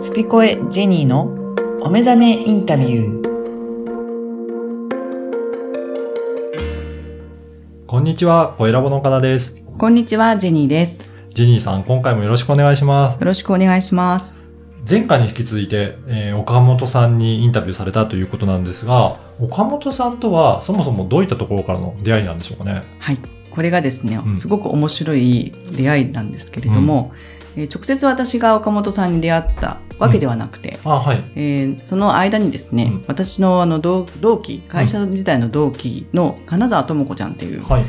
スピコエジェニーのお目覚めインタビュー。 こんにちは、声ラボの岡田です。 こんにちは、ジェニーです。 ジェニーさん、今回もよろしくお願いします。 よろしくお願いします。 前回に引き続いて、岡本さんにインタビューされたということなんですが、岡本さんとはそもそもどういったところからの出会いなんでしょうかね。 はい。これがですね、すごく面白い出会いなんですけれども、直接私が岡本さんに出会ったわけではなくて、 はい。 その間にですね、私の同期、会社時代の同期の金沢智子ちゃんっていう、はい、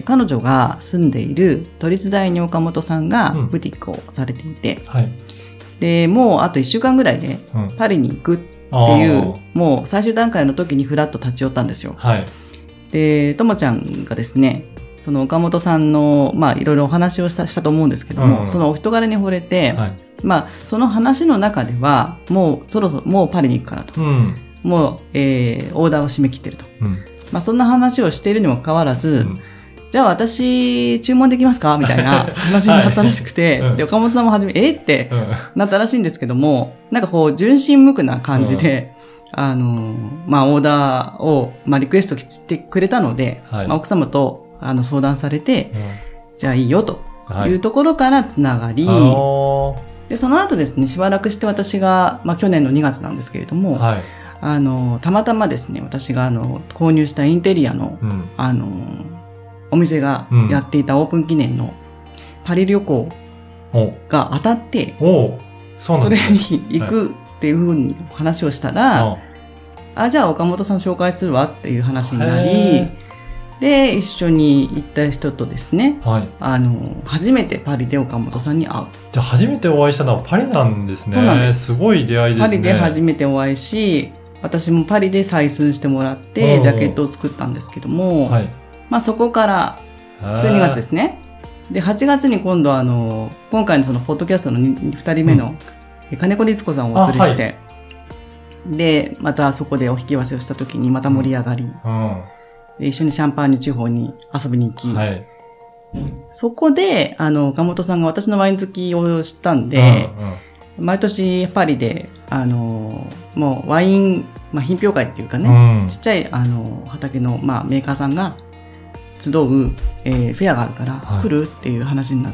彼女が住んでいる都立大に岡本さんがブティックをされていて、はい、で、もうあと1週間ぐらいでパリに行くっていう、もう最終段階の時にフラッと立ち寄ったんですよ。はい、で、ともちゃんがですね、その岡本さんの、いろいろお話をしたと思うんですけども、そのお人柄に惚れて、はい、その話の中では、もうそろそろもうパリに行くからと。もう、オーダーを締め切ってると。そんな話をしているにもかかわらず、じゃあ私注文できますかみたいな話になったらしくて、で、岡本さんも初め、ってなったらしいんですけども、なんかこう、純真無垢な感じで、オーダーを、リクエストしてくれたので、奥様と相談されて、じゃあいいよというところからつながり、で、その後ですね、しばらくして私が、去年の2月なんですけれども、たまたまですね、私が購入したインテリアの、お店がやっていたオープン記念のパリ旅行が当たって、それに行くっていうふうに話をしたら、じゃあ岡本さん紹介するわっていう話になり、で、一緒に行った人とですね、初めてパリで岡本さんに会う。 じゃあ初めてお会いしたのはパリなんですね。 そうなんです。 すごい出会いですね。 パリで初めてお会いし、私もパリで採寸してもらって、ジャケットを作ったんですけども、そこから、それ2月ですね。で、8月に今度今回のそのポッドキャストの2人目の、金子律子さんをお連れして、で、またそこでお引き合わせをした時にまた盛り上がり、で一緒にシャンパーニュ地方に遊びに行き、そこで、岡本さんが私のワイン好きを知ったんで、毎年パリで、もうワイン、品評会っていうかね、ちっちゃい、畑の、メーカーさんが集う、フェアがあるから、来るっていう話になって、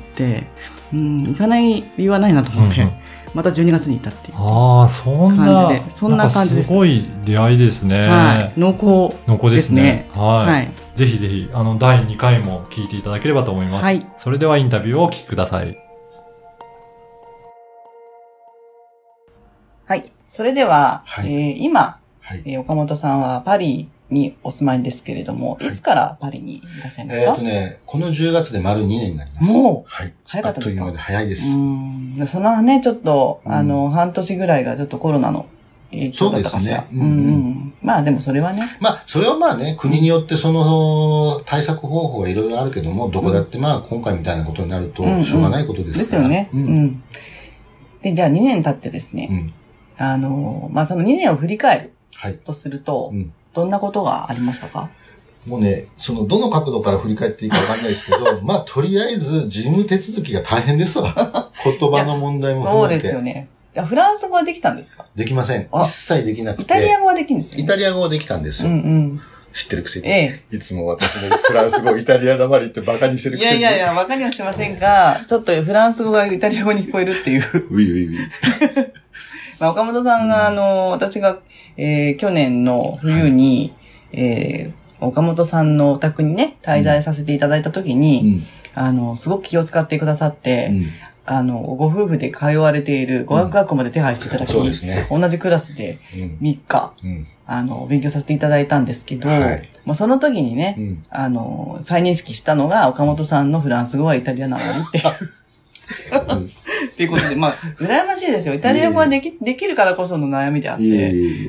行かない理由はないなと思って、また12月に行ったっていう感じで、そんな感じです。 すごい出会いですね。 はい。濃厚ですね。 はい。ぜひぜひ、第2回も聞いていただければと思います。はい。それではインタビューをお聞きください。 はい。それでは、今、岡本さんはパリにお住まいですけれども、いつからパリにいらっしゃいますか？ この10月で丸2年になります。 もう、早かったですか？ あっという間で早いです。 そのね、ちょっと、半年ぐらいがちょっとコロナの影響だったかしら。そうですね。でもそれはね。 それはね、国によってその対策方法がいろいろあるけども、どこだって今回みたいなことになると、しょうがないことですから。 ですよね。で、じゃあ2年経ってですね、その2年を振り返るとすると、どんなことがありましたか？ もうね、どの角度から振り返っていいかわかんないですけど、とりあえず事務手続きが大変ですわ。言葉の問題も含めて。 そうですよね。フランス語はできたんですか？ できません。一切できなくて。 イタリア語はできるんですよね。 イタリア語はできたんですよ。知ってるくせに。いつも私のフランス語、イタリアなまりってバカにしてるくせに。 いや、バカにはしてませんが、ちょっとフランス語がイタリア語に聞こえるっていう。 ういうい。 岡本さんが、私が、去年の冬に、岡本さんのお宅にね、滞在させていただいたときに、すごく気を使ってくださって、ご夫婦で通われている語学学校まで手配していただき、同じクラスで3日、勉強させていただいたんですけど、その時にね、再認識したのが、岡本さんのフランス語はイタリアなのにっていう。っていうことで、羨ましいですよ。イタリア語はできるからこその悩みであって、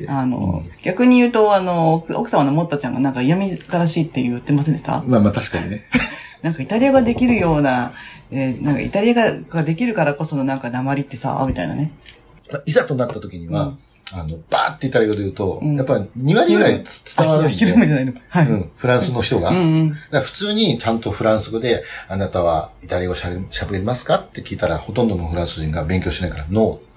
逆に言うと、奥様のモッタちゃんがなんか嫌みからしいって言ってませんでした？ 確かにね。 なんかイタリア語ができるような、なんかイタリアができるからこそのなんか訛りってさ、みたいなね。 いざとなった時には、バーってイタリア語で言うと、やっぱり2割ぐらい伝わるんで。 広めじゃないのか。はい。 フランスの人が。だから普通にちゃんとフランス語で、あなたはイタリア語喋れますかって聞いたら、ほとんどのフランス人が勉強しないから、ノーって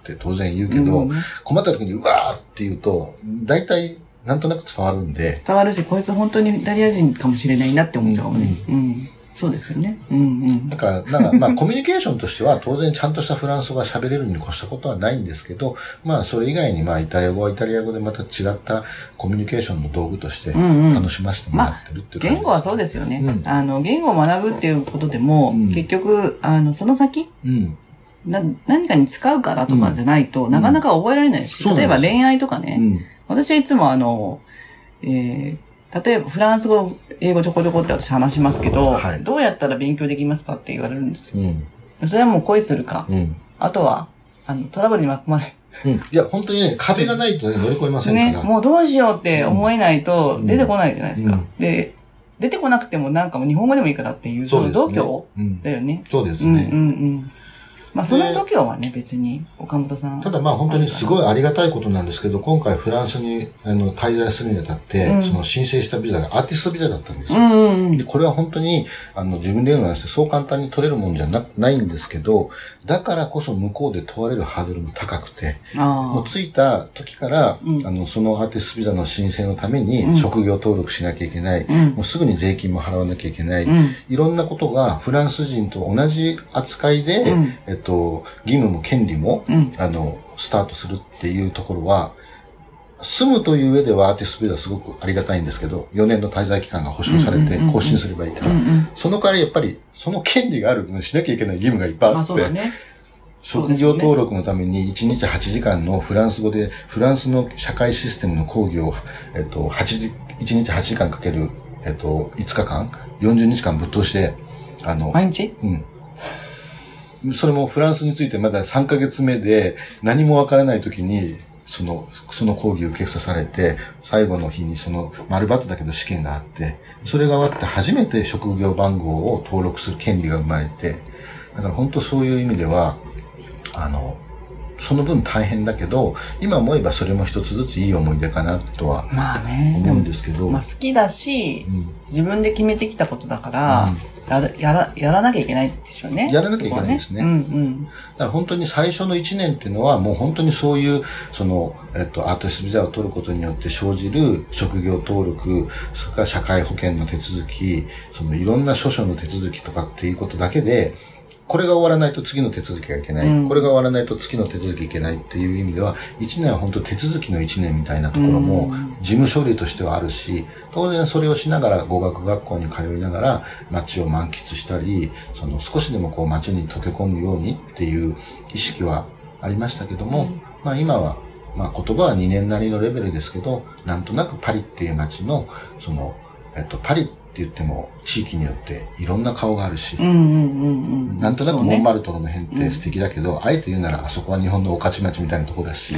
って当然言うけど、困った時にうわーって言うと、大体なんとなく伝わるんで。 伝わるし、こいつ本当にイタリア人かもしれないなって思っちゃうもんね。そうですよね。 だから、まあ、コミュニケーションとしては、当然ちゃんとしたフランス語が喋れるに越したことはないんですけど、まあ、それ以外に、まあ、イタリア語はイタリア語でまた違ったコミュニケーションの道具として、楽しませてもらってるっていう感じです。 言語はそうですよね。言語を学ぶっていうことでも、結局、その先、何かに使うからとかじゃないと、なかなか覚えられないし、例えば恋愛とかね、私はいつも例えばフランス語、英語ちょこちょこって私話しますけど、どうやったら勉強できますかって言われるんですよ。それはもう恋するか、あとは、トラブルに巻き込まれいや、本当にね、壁がないとね、乗り越えませんから。 ね、もうどうしようって思えないと出てこないじゃないですか。で、出てこなくてもなんかもう日本語でもいいからっていう、その度胸だよね。 そうですね。 まあその度胸はね、別に岡本さん。 ただまあ本当にすごいありがたいことなんですけど、今回フランスに滞在するにあたって、その申請したビザがアーティストビザだったんですよ。でこれは本当に自分で言うのはそう簡単に取れるもんじゃないんですけど、だからこそ向こうで問われるハードルも高くて、もう着いた時から、そのアーティストビザの申請のために職業登録しなきゃいけない、もうすぐに税金も払わなきゃいけない、いろんなことがフランス人と同じ扱いで、義務も権利も、スタートするっていうところは、住むという上ではアーティストビザはすごくありがたいんですけど、4年の滞在期間が保証されて更新すればいいから、その代わりやっぱり、その権利がある分しなきゃいけない義務がいっぱいあって、職業登録のために1日8時間のフランス語で、フランスの社会システムの講義を、1日8時間かける、5日間、40日間ぶっ通して、 毎日それもフランスについてまだ3ヶ月目で何もわからない時に、その講義を受けさされて、最後の日に丸×だけど試験があって、それが終わって初めて職業番号を登録する権利が生まれて、だから本当そういう意味では、その分大変だけど、今思えばそれも一つずついい思い出かなとは思うんですけど。 まあ好きだし、自分で決めてきたことだから、やらなきゃいけないでしょうね。 やらなきゃいけないですね。だから本当に最初の1年っていうのはもう本当にそういう、アーティストビザを取ることによって生じる職業登録、それから社会保険の手続き、いろんな諸々の手続きとかっていうことだけで、これが終わらないと次の手続きがいけない。これが終わらないと次の手続きいけないっていう意味では、1年は本当手続きの1年みたいなところも、事務処理としてはあるし、当然それをしながら語学学校に通いながら街を満喫したり、少しでも街に溶け込むようにっていう意識はありましたけども、まあ今は、まあ言葉は2年なりのレベルですけど、なんとなくパリっていう街の、パリって言っても地域によっていろんな顔があるし、なんとなくモンマルトルの辺って素敵だけど、あえて言うならあそこは日本の御徒町みたいなとこだし、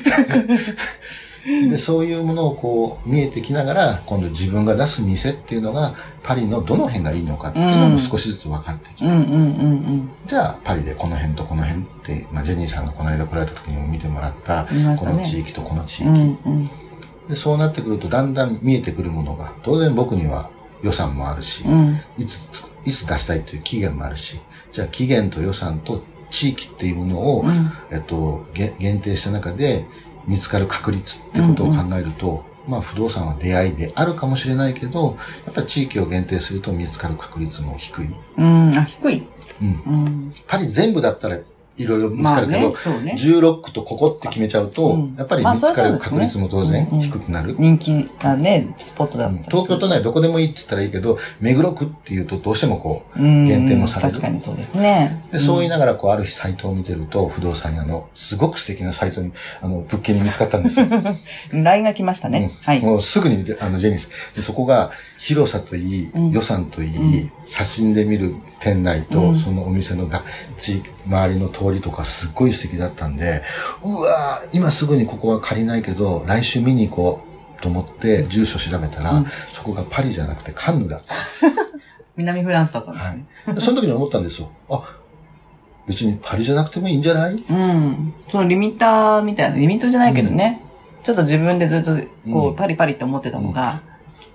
で、そういうものを見えてきながら、今度自分が出す店っていうのが、パリのどの辺がいいのかっていうのも少しずつ分かってきて、じゃあパリでこの辺とこの辺って、ジェニーさんがこの間来られた時にも見てもらった、この地域とこの地域、で、そうなってくるとだんだん見えてくるものが、当然僕には予算もあるし、いつ出したいという期限もあるし、じゃあ期限と予算と地域っていうものを、限定した中で見つかる確率ってことを考えると、まあ不動産は出会いであるかもしれないけど、やっぱり地域を限定すると見つかる確率も低い。 低い。 パリ全部だったらいろいろ見つかるけど、16区とここって決めちゃうと、やっぱり見つかる確率も当然低くなる。 人気なね、スポットだったり。 東京都内どこでもいいって言ったらいいけど、目黒区っていうとどうしても限定もされる。 確かにそうですね。 で、そう言いながらある日サイトを見てると、不動産屋のすごく素敵なサイトに、物件に見つかったんですよ。 LINE が来ましたね。はい。 もうすぐにジェニス。でそこが広さといい、予算といい、写真で見る店内と、そのお店の周りの通りとかすっごい素敵だったんで、うわー、今すぐにここは借りないけど、来週見に行こうと思って住所調べたら、そこがパリじゃなくてカンヌだったんです。 南フランスだったんですね。 はい。その時に思ったんですよ。別にパリじゃなくてもいいんじゃない？ そのリミッターみたいな、リミットじゃないけどね。ちょっと自分でずっとパリパリって思ってたのが、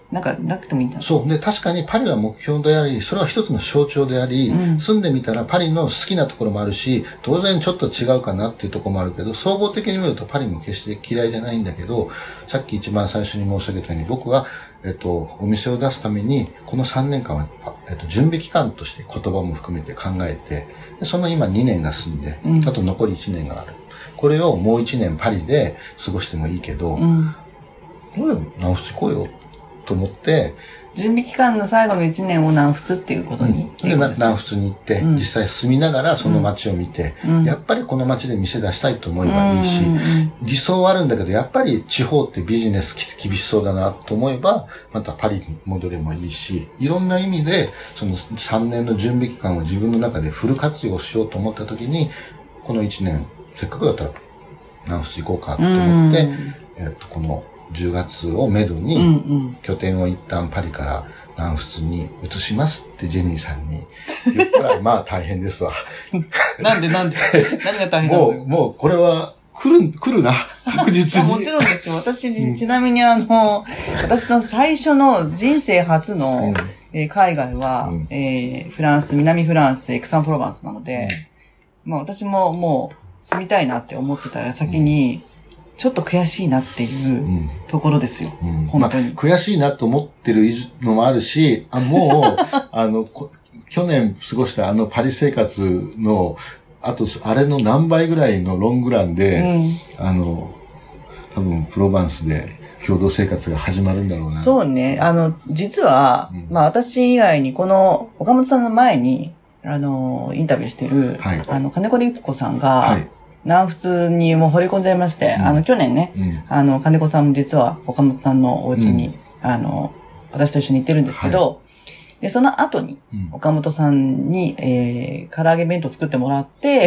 なんかなくてもいいんだ。 そう。で、確かにパリは目標であり、それは一つの象徴であり、住んでみたらパリの好きなところもあるし、当然ちょっと違うかなっていうところもあるけど、総合的に見るとパリも決して嫌いじゃないんだけど、さっき一番最初に申し上げたように、僕は、お店を出すために、この3年間は、準備期間として言葉も含めて考えて、でその今2年が済んで、あと残り1年がある。これをもう1年パリで過ごしてもいいけど、どうよ、南仏行こうよ。と思って、 準備期間の最後の1年を南仏っていうことに。 で、南仏に行って、実際住みながらその街を見て、やっぱりこの街で店出したいと思えばいいし、理想はあるんだけど、やっぱり地方ってビジネス厳しそうだなと思えば、またパリに戻れもいいし、いろんな意味で、その3年の準備期間を自分の中でフル活用しようと思った時に、この1年、せっかくだったら南仏行こうかと思って、この10月をめどに、拠点を一旦パリから南仏に移しますってジェニーさんに言ったら、まあ大変ですわ。 なんで何が大変なの？ もうこれは来るな、確実に。 もちろんですよ。私、ちなみに私の最初の人生初の、海外は、フランス、南フランス、エクサンプロバンスなので、まあ私ももう住みたいなって思ってたら先に、ちょっと悔しいなっていうところですよ。本当に。 悔しいなと思ってるのもあるし、もう、去年過ごしたパリ生活の、あと、あれの何倍ぐらいのロングランで、多分プロバンスで共同生活が始まるんだろうな。 そうね。実は、まあ私以外にこの岡本さんの前に、インタビューしてる、金子律子さんが、南仏にもう掘り込んじゃいまして、去年ね、金子さんも実は岡本さんのお家に、私と一緒に行ってるんですけど、で、その後に、岡本さんに、唐揚げ弁当作ってもらって、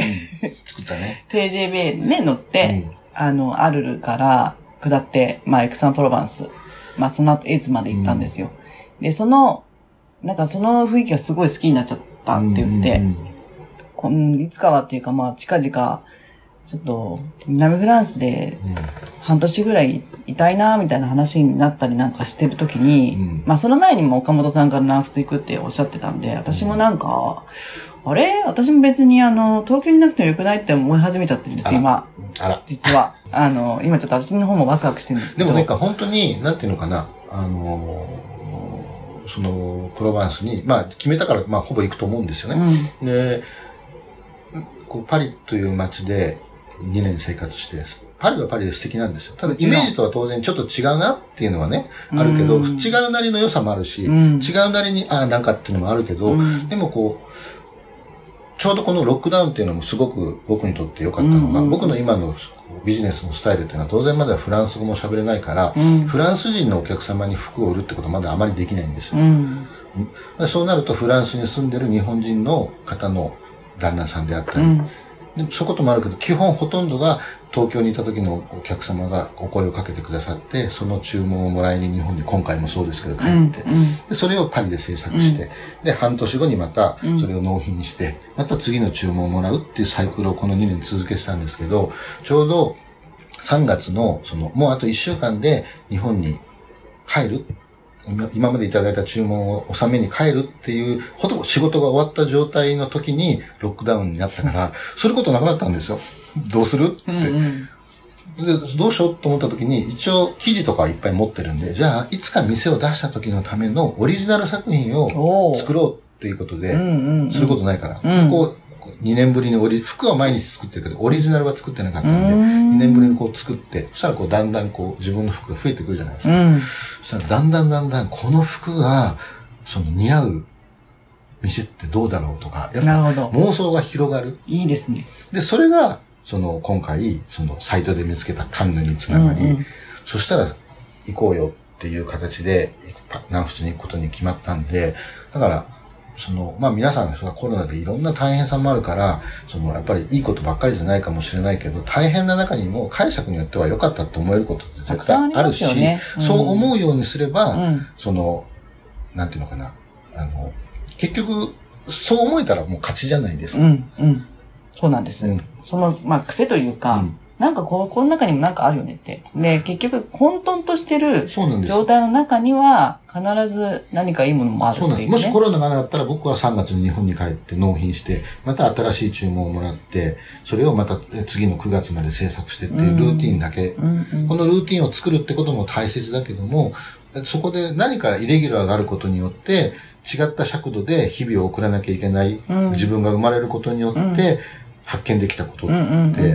作ったね。 TGV で乗って、アルルから下って、まあ、エクサンプロバンス、まあ、その後エイズまで行ったんですよ。で、なんかその雰囲気がすごい好きになっちゃったって言って、いつかはっていうか、まあ、近々、ちょっと、南フランスで、半年ぐらいいたいな、みたいな話になったりなんかしてるときに、まあその前にも岡本さんから南仏行くっておっしゃってたんで、私もなんか、私も別に東京にいなくてもよくないって思い始めちゃってるんですよ、今。実は。今ちょっと私の方もワクワクしてるんですけど。 でもなんか本当に、なんていうのかな、その、プロバンスに、まあ決めたから、まあほぼ行くと思うんですよね。で、パリという街で、2年生活して、パリはパリで素敵なんですよ。ただイメージとは当然ちょっと違うなっていうのはね、あるけど、違うなりの良さもあるし、違うなりに、なんかっていうのもあるけど、でもちょうどこのロックダウンっていうのもすごく僕にとって良かったのが、僕の今のビジネスのスタイルっていうのは当然まだフランス語も喋れないから、フランス人のお客様に服を売るってことはまだあまりできないんですよ。そうなるとフランスに住んでる日本人の方の旦那さんであったり、でそういうこともあるけど、基本ほとんどが東京にいた時のお客様がお声をかけてくださって、その注文をもらいに日本に今回もそうですけど帰って、でそれをパリで制作して、で半年後にまたそれを納品して、また次の注文をもらうっていうサイクルをこの2年続けてたんですけど、ちょうど3月のもうあと1週間で日本に帰る。今までいただいた注文を納めに帰るっていう、ほとんど仕事が終わった状態の時にロックダウンになったから、することなくなったんですよ。どうするって。で、どうしようと思った時に、一応記事とかはいっぱい持ってるんで、じゃあ、いつか店を出した時のためのオリジナル作品を作ろうっていうことで、することないから。2年ぶりに服は毎日作ってるけど、オリジナルは作ってなかったんで、2年ぶりに作って、そしたらだんだん自分の服が増えてくるじゃないですか。そしたらだんだんこの服が、似合う店ってどうだろうとか、やっぱ妄想が広がる。 いいですね。 で、それが、今回、サイトで見つけたカンヌにつながり、そしたら行こうよっていう形で、南仏に行くことに決まったんで、だから、まあ皆さんコロナでいろんな大変さもあるから、やっぱりいいことばっかりじゃないかもしれないけど、大変な中にも解釈によっては良かったと思えることって絶対あるし、そう思うようにすれば、なんていうのかな、結局、そう思えたらもう勝ちじゃないですか。 そうなんです。まあ癖というか、 なんかこの中にもなんかあるよねって。で、結局混沌としてる状態の中には必ず何かいいものもあるっていうね。そうなんです。 もしコロナがなかったら僕は3月に日本に帰って納品して、また新しい注文をもらって、それをまた次の9月まで制作してっていうルーティンだけ、このルーティンを作るってことも大切だけども、そこで何かイレギュラーがあることによって、違った尺度で日々を送らなきゃいけない、自分が生まれることによって、発見できたことって、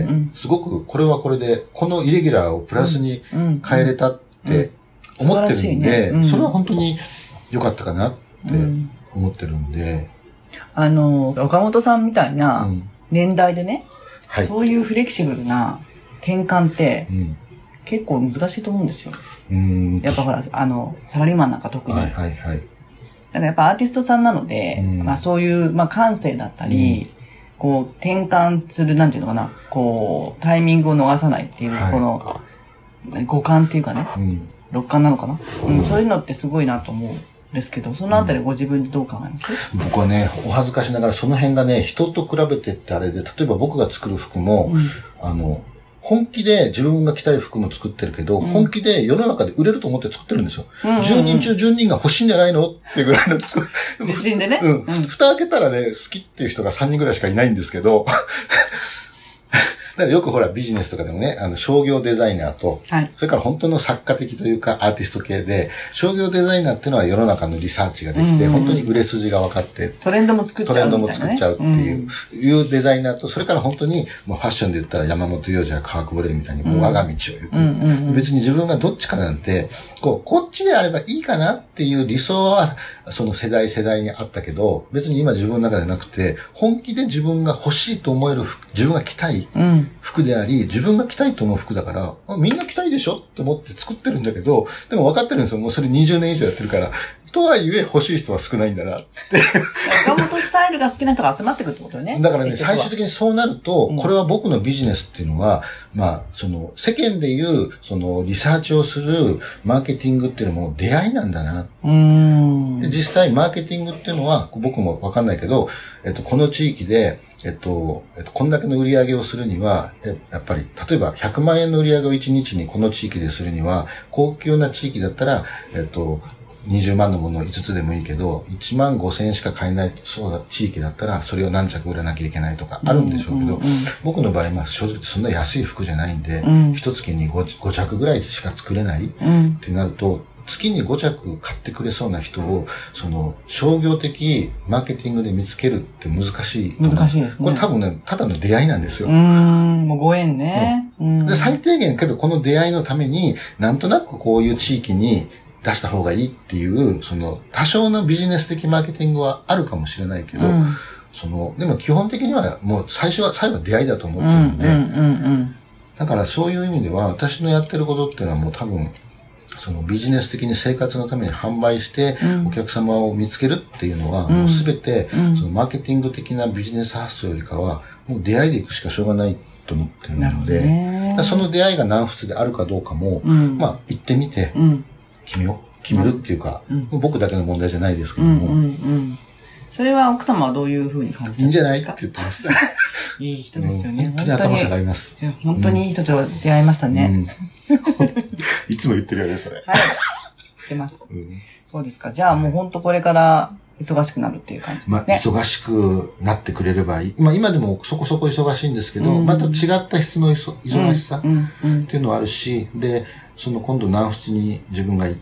すごくこれはこれで、このイレギュラーをプラスに変えれたって思ってるんで、それは本当に良かったかなって思ってるんで。 岡本さんみたいな年代でね、そういうフレキシブルな転換って、結構難しいと思うんですよ。やっぱほら、サラリーマンなんか特に。だからやっぱアーティストさんなので、まあそういう、まあ感性だったり、こう、転換する、なんていうのかな、こう、タイミングを逃さないっていう、この、五感っていうかね、六感なのかな、そういうのってすごいなと思うんですけど、そのあたりご自分でどう考えます？ 僕はね、お恥ずかしながらその辺がね、人と比べてってあれで、例えば僕が作る服も、本気で自分が着たい服も作ってるけど、本気で世の中で売れると思って作ってるんですよ。10人中10人が欲しいんじゃないのってぐらいの自信でね。 蓋開けたらね、好きっていう人が3人ぐらいしかいないんですけど、だからよくほらビジネスとかでもね、商業デザイナーと、それから本当の作家的というかアーティスト系で、商業デザイナーっていうのは世の中のリサーチができて、本当に売れ筋が分かって、 トレンドも作っちゃうっていうデザイナーと、それから本当にもうファッションで言ったら山本洋次や川久保玲みたいにもう我が道を行く。別に自分がどっちかなんて、こっちであればいいかなっていう理想は、その世代にあったけど、別に今自分の中でなくて、本気で自分が欲しいと思える服、自分が着たい服であり、自分が着たいと思う服だから、みんな着たいでしょって思って作ってるんだけど、でも分かってるんですよ。もうそれ20年以上やってるから。とはいえ欲しい人は少ないんだなって。 岡本スタイルが好きな人が集まってくるってことよね。 だからね、最終的にそうなると、これは僕のビジネスっていうのは、まあ、世間でいう、リサーチをするマーケティングっていうのも出会いなんだな。で実際、マーケティングっていうのは、僕もわかんないけど、この地域で、こんだけの売り上げをするには、やっぱり、例えば100万円の売り上げを1日にこの地域でするには、高級な地域だったら、20万のものを5つでもいいけど、1万5千円しか買えないそうだ地域だったら、それを何着売らなきゃいけないとかあるんでしょうけど、僕の場合、まあ正直そんな安い服じゃないんで、一月に5着ぐらいしか作れないってなると、月に5着買ってくれそうな人を、商業的マーケティングで見つけるって難しい。 難しいですね。 これ多分ね、ただの出会いなんですよ。 もうご縁ね。 で最低限けど、この出会いのために、なんとなくこういう地域に、出した方がいいっていう、多少のビジネス的マーケティングはあるかもしれないけど、でも基本的にはもう最後は出会いだと思ってるんで、だからそういう意味では私のやってることっていうのはもう多分、ビジネス的に生活のために販売してお客様を見つけるっていうのは、もうすべて、マーケティング的なビジネス発想よりかは、もう出会いで行くしかしょうがないと思ってるので、その出会いが何仏であるかどうかも、まあ行ってみて、決めるっていうか、僕だけの問題じゃないですけども。 それは奥様はどういうふうに感じてるんですか？ いいんじゃないって言ってます。 いい人ですよね。 本当に頭下がります。 本当にいい人と出会いましたね。 いつも言ってるよね、それ。 はい。言ってます。そうですか。じゃあもう本当これから忙しくなるっていう感じですね。 まあ、忙しくなってくれればいい。まあ今でもそこそこ忙しいんですけど、また違った質の忙しさっていうのはあるし、で、今度南仏に自分が行って、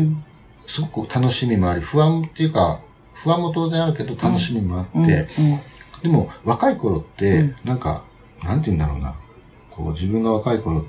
すごく楽しみもあり、不安っていうか、不安も当然あるけど楽しみもあって、でも若い頃って、なんか、なんて言うんだろうな。自分が若い頃って、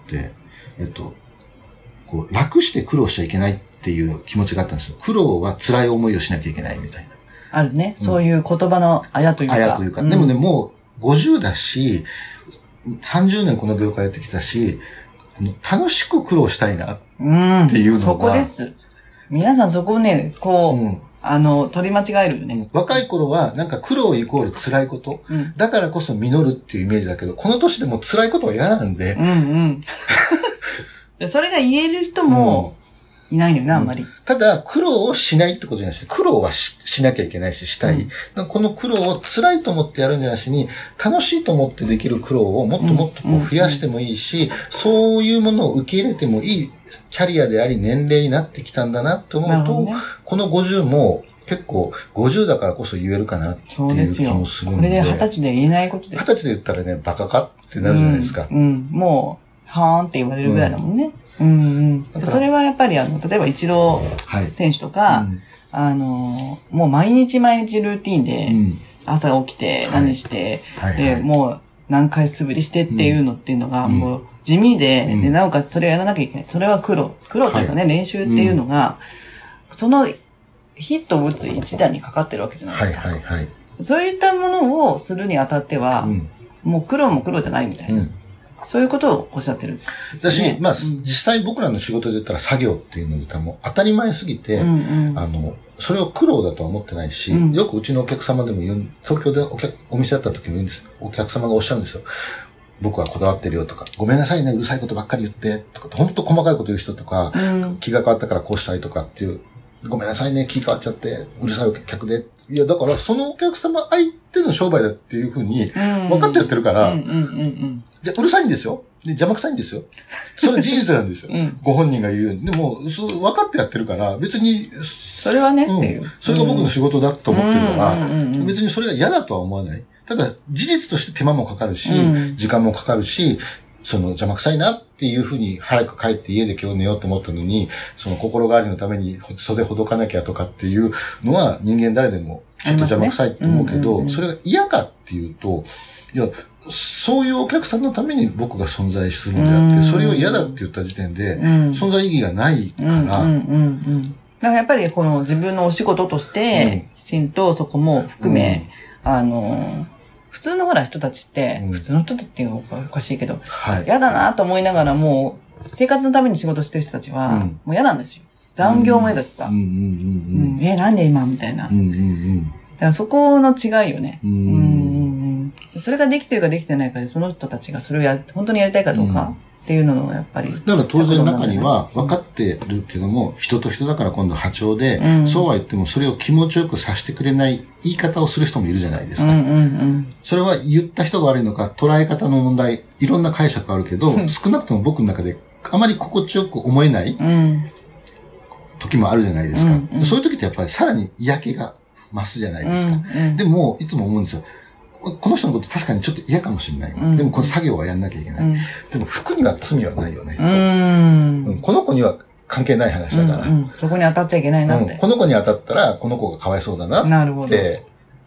楽して苦労しちゃいけないっていう気持ちがあったんですよ。苦労は辛い思いをしなきゃいけないみたいな。 あるね。そういう言葉のあやというか。 あやというか。でもね、もう50だし、30年この業界やってきたし、楽しく苦労したいなっていうのが。 そこです。皆さんそこをね、取り間違えるよね。 若い頃は、なんか苦労イコール辛いこと。だからこそ実るっていうイメージだけど、この年でも辛いことは嫌なんで。 それが言える人も、 いないのよな、あんまり。 ただ、苦労をしないってことじゃなくて、苦労は しなきゃいけないし、したい。この苦労を辛いと思ってやるんじゃなしに、楽しいと思ってできる苦労をもっともっとこう増やしてもいいし、そういうものを受け入れてもいいキャリアであり年齢になってきたんだなって思うと、この50も結構50だからこそ言えるかなっていう気もするんで。 これで20歳で言えないことです。 20歳で言ったらね、バカかってなるじゃないですか。 もう、はーんって言われるぐらいだもんね。それはやっぱり例えばイチロー選手とか、もう毎日ルーティンで、朝起きて何して、で、もう何回素振りしてっていうのっていうのが、もう地味で、で、なおかつそれをやらなきゃいけない。それは苦労というかね、練習っていうのが、そのヒットを打つ一打にかかってるわけじゃないですか。そういったものをするにあたっては、もう苦労も苦労じゃないみたいな。そういうことをおっしゃってるんですね。 だし、まあ、実際僕らの仕事で言ったら作業っていうので言ったらもう当たり前すぎて、それを苦労だとは思ってないし、よくうちのお客様でも東京でお店だった時も言うんです。お客様がおっしゃるんですよ。僕はこだわってるよとか、ごめんなさいね、うるさいことばっかり言って、とか、ほんと細かいこと言う人とか、気が変わったからこうしたいとかっていう、ごめんなさいね、気変わっちゃって、うるさいお客で。いや、だから、そのお客様相手の商売だっていうふうに、分かってやってるから、で、うるさいんですよ。で、邪魔くさいんですよ。それ事実なんですよ。ご本人が言うように。でも、分かってやってるから、別に、 それはね、っていう。 それが僕の仕事だと思ってるから、別にそれが嫌だとは思わない。ただ、事実として手間もかかるし、時間もかかるし、邪魔くさいなっていうふうに早く帰って家で今日寝ようと思ったのに、心変わりのために袖ほどかなきゃとかっていうのは人間誰でもちょっと邪魔くさいって思うけど、それが嫌かっていうと、いや、そういうお客さんのために僕が存在するのであって、それを嫌だって言った時点で、存在意義がないから。だからやっぱりこの自分のお仕事として、きちんとそこも含め、普通の人たちって、普通の人っていうのがおかしいけど、嫌だなと思いながらも、生活のために仕事してる人たちは、もう嫌なんですよ。残業も嫌だしさ。なんで今みたいな。だからそこの違いよね。それができてるかできてないかで、その人たちがそれを本当にやりたいかどうかっていうのをやっぱり。 だから当然中には分かってるけども、人と人だから今度波長で、そうは言ってもそれを気持ちよくさせてくれない言い方をする人もいるじゃないですか。それは言った人が悪いのか、捉え方の問題、いろんな解釈あるけど、少なくとも僕の中であまり心地よく思えない時もあるじゃないですか。そういう時ってやっぱりさらに嫌気が増すじゃないですか。でも、いつも思うんですよ。この人のこと確かにちょっと嫌かもしれない。でもこの作業はやんなきゃいけない。でも服には罪はないよね。この子には関係ない話だから。 そこに当たっちゃいけないなって。 この子に当たったら、この子がかわいそうだなって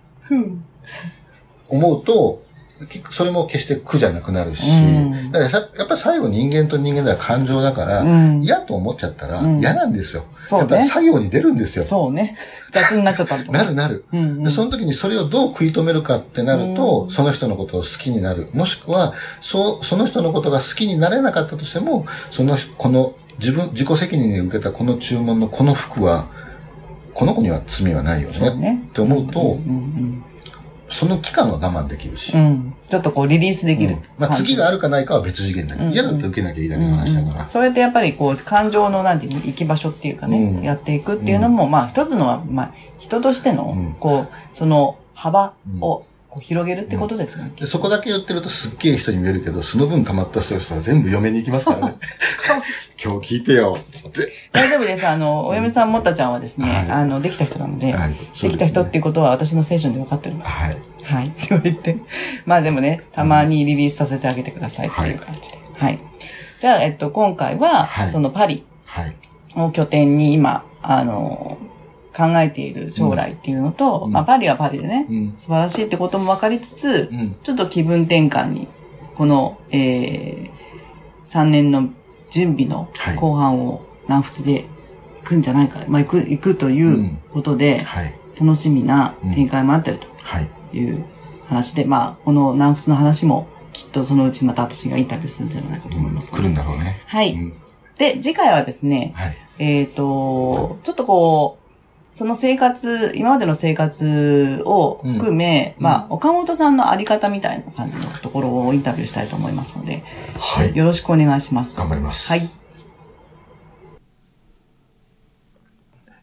思うと、それも決して苦じゃなくなるし、だからやっぱり最後人間と人間では感情だから、嫌と思っちゃったら嫌なんですよ。やっぱり作業に出るんですよ。 そうね。雑になっちゃったと。 なる。で、その時にそれをどう食い止めるかってなると、その人のことを好きになる。もしくは、その人のことが好きになれなかったとしても、この自己責任で受けたこの注文のこの服は、この子には罪はないよねって思うと、その期間は我慢できるし。 ちょっとこうリリースできる。 次があるかないかは別次元だけど、嫌だって受けなきゃいいだけの話だから。 そうやってやっぱりこう、感情の行き場所っていうかね、やっていくっていうのも、一つの人としての、こう、その幅を広げるってことですよね。 そこだけ言ってるとすっげえ人に見えるけど、その分溜まったストレスは全部嫁に行きますからね。今日聞いてよ、つって。 大丈夫です。お嫁さんもったちゃんはですね、できた人なので、できた人っていうことは私のセッションで分かっております。はい。そう言って。でもね、たまにリリースさせてあげてくださいっていう感じで。じゃあ、今回は、そのパリを拠点に今、考えている将来っていうのと、パリはパリでね、素晴らしいってことも分かりつつ、ちょっと気分転換に、この、3年の準備の後半を南仏で行くんじゃないか、行くということで、楽しみな展開もあってるという話で、この南仏の話もきっとそのうちまた私がインタビューするんじゃないかと思います。 来るんだろうね。 で、次回はですね、ちょっとこう、その今までの生活を含め、岡本さんのあり方みたいな感じのところをインタビューしたいと思いますので、よろしくお願いします。 頑張ります。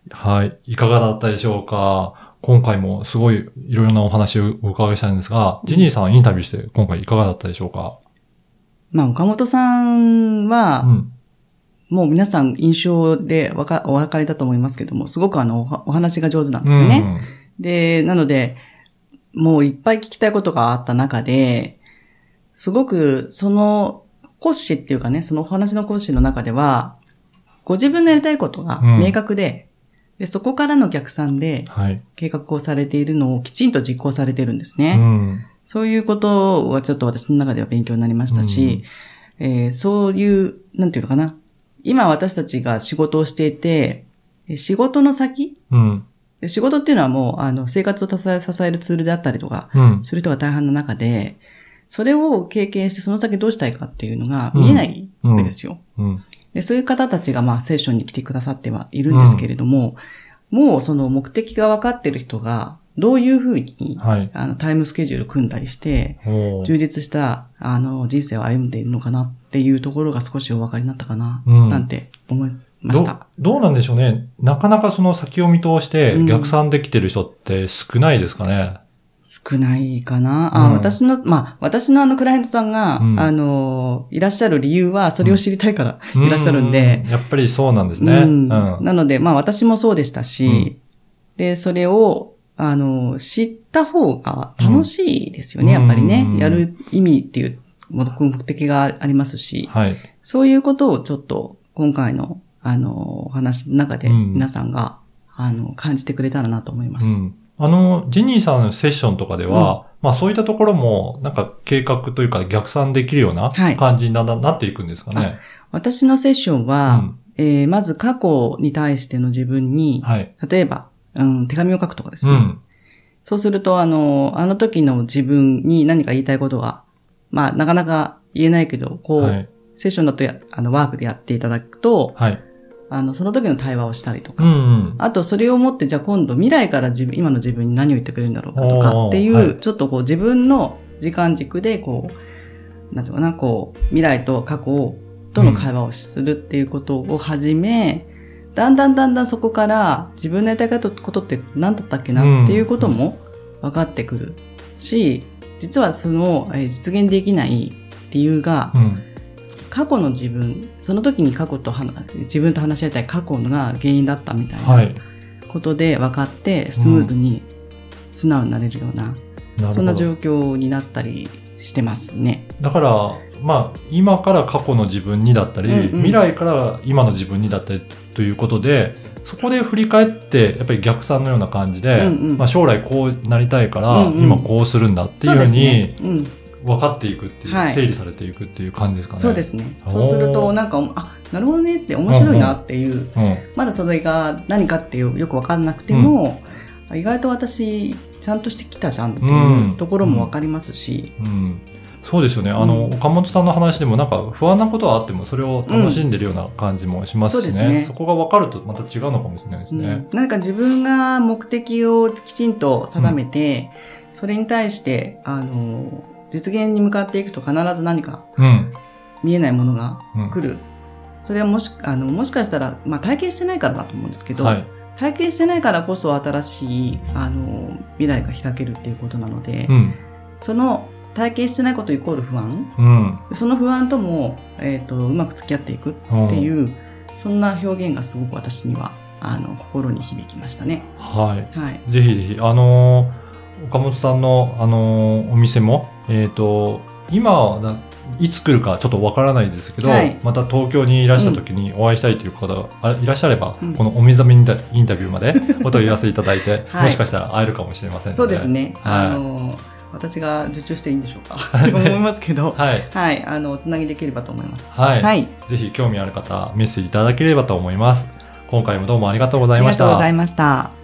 はい。いかがだったでしょうか。今回もすごいいろいろなお話をお伺いしたいんですが、ジェニーさんインタビューして今回いかがだったでしょうか。 まあ、岡本さんは、もう皆さん印象でお分かりだと思いますけども、すごくお話が上手なんですよね。で、なので、もういっぱい聞きたいことがあった中で、すごくその骨子っていうかね、そのお話の骨子の中では、ご自分のやりたいことが明確で、でそこからの逆算で計画をされているのをきちんと実行されているんですね。そういうことはちょっと私の中では勉強になりましたし、そういう、なんていうのかな。今私たちが仕事をしていて、仕事の先、仕事っていうのはもう、生活を支えるツールであったりとか、する人が大半の中で、それを経験してその先どうしたいかっていうのが見えないわけですよ。でそういう方たちがまあセッションに来てくださってはいるんですけれども、もうその目的が分かっている人が、どういうふうに、タイムスケジュール組んだりして、充実した、人生を歩んでいるのかなっていうところが少しお分かりになったかな、なんて思いました。 どうなんでしょうね。なかなかその先を見通して逆算できてる人って少ないですかね。 少ないかな。私のクライアントさんが、いらっしゃる理由は、それを知りたいからいらっしゃるんで。 やっぱりそうなんですね。 なので、私もそうでしたし、で、それを、知った方が楽しいですよね、やっぱりね。やる意味っていう目的がありますし、そういうことをちょっと、今回の、お話の中で皆さんが、感じてくれたらなと思います。 ジェニーさんのセッションとかでは、そういったところも、なんか計画というか逆算できるような感じになっていくんですかね。 私のセッションは、まず過去に対しての自分に、例えば、手紙を書くとかですね。そうすると、あの時の自分に何か言いたいことが、なかなか言えないけど、セッションだとワークでやっていただくと、その時の対話をしたりとか、あとそれをもってじゃあ今度未来から今の自分に何を言ってくれるんだろうかとかっていう、ちょっと自分の時間軸でなんていうかな、未来と過去との会話をするっていうことを始め、だんだんそこから自分のやりたいことって何だったっけなっていうことも分かってくるし、実はその実現できない理由が、過去の自分、その時に自分と話し合いたい過去が原因だったみたいなことで分かってスムーズに素直になれるような、そんな状況になったりしてますね。 だから、今から過去の自分にだったり、未来から今の自分にだったりということで、そこで振り返って、やっぱり逆算のような感じで、将来こうなりたいから、今こうするんだっていうふうに、分かっていくっていう、整理されていくっていう感じですかね。 そうですね。そうすると、なるほどねって面白いなっていう、まだそれが何かっていうよく分かんなくても、意外と私、ちゃんとしてきたじゃんっていうところも分かりますし、 そうですよね。岡本さんの話でも不安なことはあってもそれを楽しんでるような感じもしますしね。そこが分かるとまた違うのかもしれないですね。 何か自分が目的をきちんと定めて、それに対して、実現に向かっていくと必ず何か見えないものが来る。それはもしかしたら、体験してないからだと思うんですけど、体験してないからこそ新しい、未来が開けるっていうことなので、その体験してないことイコール不安、その不安とも、うまく付き合っていくっていう、そんな表現がすごく私には、心に響きましたね。 ぜひぜひ、岡本さんの、お店も、今いつ来るかちょっとわからないですけど、また東京にいらした時にお会いしたいという方がいらっしゃれば、このお目覚めインタビューまでお問い合わせいただいて、もしかしたら会えるかもしれませんので。 そうですね。私が受注していいんでしょうかって思いますけど、おつなぎできればと思います。 ぜひ興味ある方、メッセージいただければと思います。今回もどうもありがとうございました。 ありがとうございました。